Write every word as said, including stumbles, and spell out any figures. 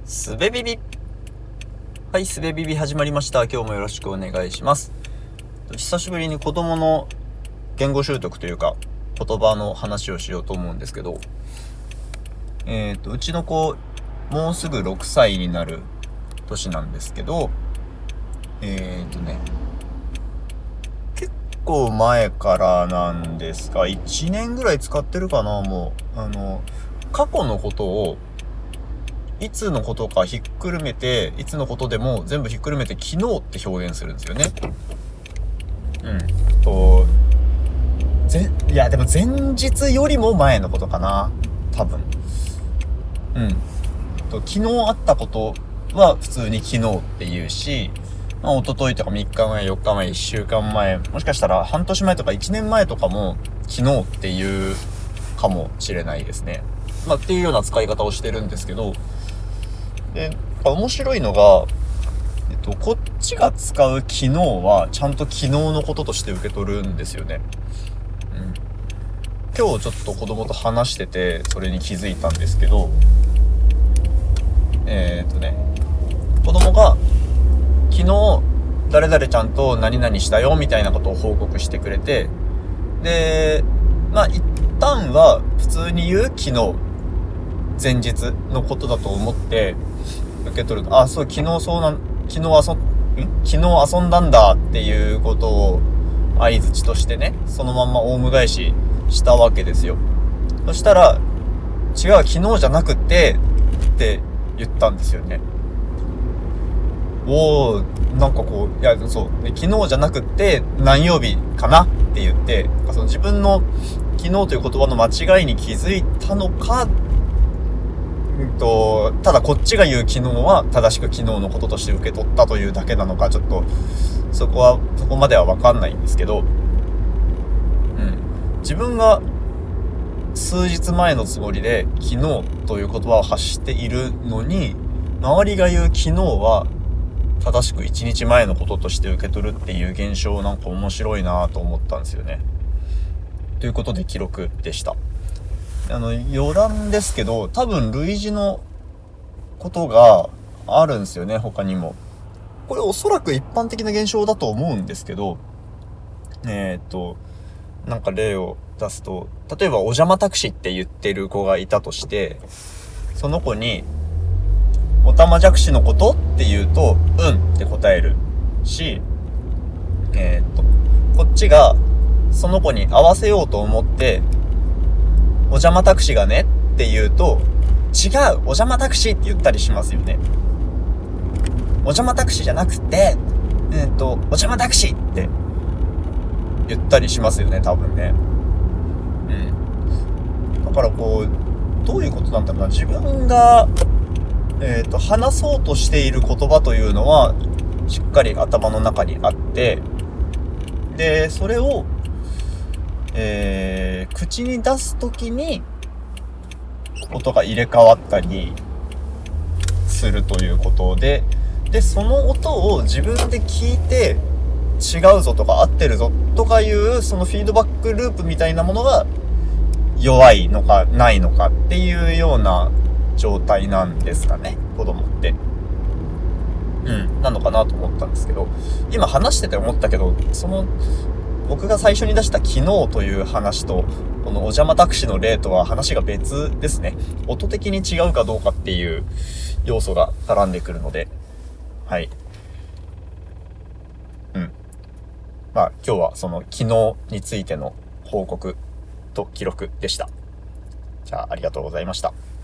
すべビビ。はい、すべビビ始まりました。今日もよろしくお願いします。久しぶりに子供の言語習得というか言葉の話をしようと思うんですけど、えっとうちの子もうすぐろくさいになる年なんですけど、えっとね結構前からなんですがいちねんぐらい使ってるかな。もうあの過去のことをいつのことかひっくるめて、いつのことでも全部ひっくるめて昨日って表現するんですよね。うんとぜいやでも前日よりも前のことかな、多分。うんと昨日あったことは普通に昨日って言うし、まあ、一昨日とかみっかまえ、よっかまえ、いっしゅうかんまえ、もしかしたら半年前とかいちねんまえとかも昨日っていうかもしれないですね。まあっていうような使い方をしてるんですけど、で面白いのが、えっと、こっちが使う昨日はちゃんと昨日のこととして受け取るんですよね。うん、今日ちょっと子供と話しててそれに気づいたんですけど、えー、っとね子供が昨日誰々ちゃんと何々したよみたいなことを報告してくれて、でまあ一旦は普通に言う昨日前日のことだと思って受け取ると、あ、そう、昨日そうなん、昨日遊ん、ん昨日遊んだんだっていうことを相槌としてね、そのまんまオウム返ししたわけですよ。そしたら、違う、昨日じゃなくて、って言ったんですよね。おー、なんかこう、いや、そう、昨日じゃなくて、何曜日かなって言って、その自分の昨日という言葉の間違いに気づいたのか、うんと、ただこっちが言う昨日は正しく昨日のこととして受け取ったというだけなのか、ちょっとそこはそこまでは分かんないんですけど、うん、自分が数日前のつもりで昨日という言葉を発しているのに、周りが言う昨日は正しくいちにちまえのこととして受け取るっていう現象、なんか面白いなと思ったんですよね。ということで記録でした。あの余談ですけど、多分類似のことがあるんですよね、他にも。これおそらく一般的な現象だと思うんですけど、えー、っとなんか例を出すと、例えばお邪魔タクシーって言ってる子がいたとして、その子におたまじゃくしのことって言うとうんって答えるし、えー、っとこっちがその子に合わせようと思ってお邪魔タクシーがねって言うと、違う、お邪魔タクシーって言ったりしますよね。お邪魔タクシーじゃなくて、えっと、お邪魔タクシーって言ったりしますよね、多分ね。うん。だからこう、どういうことなんだろうな。自分が、えっと、話そうとしている言葉というのは、しっかり頭の中にあって、で、それを、えー、口に出すときに、音が入れ替わったりするということで、でその音を自分で聞いて違うぞとか合ってるぞとかいうそのフィードバックループみたいなものが弱いのかないのかっていうような状態なんですかね、子供って。うんなのかなと思ったんですけど、今話してて思ったけど、その僕が最初に出した昨日という話とこのお邪魔タクシーの例とは話が別ですね。音的に違うかどうかっていう要素が絡んでくるので、はい。うん。まあ今日はその昨日についての報告と記録でした。じゃあありがとうございました。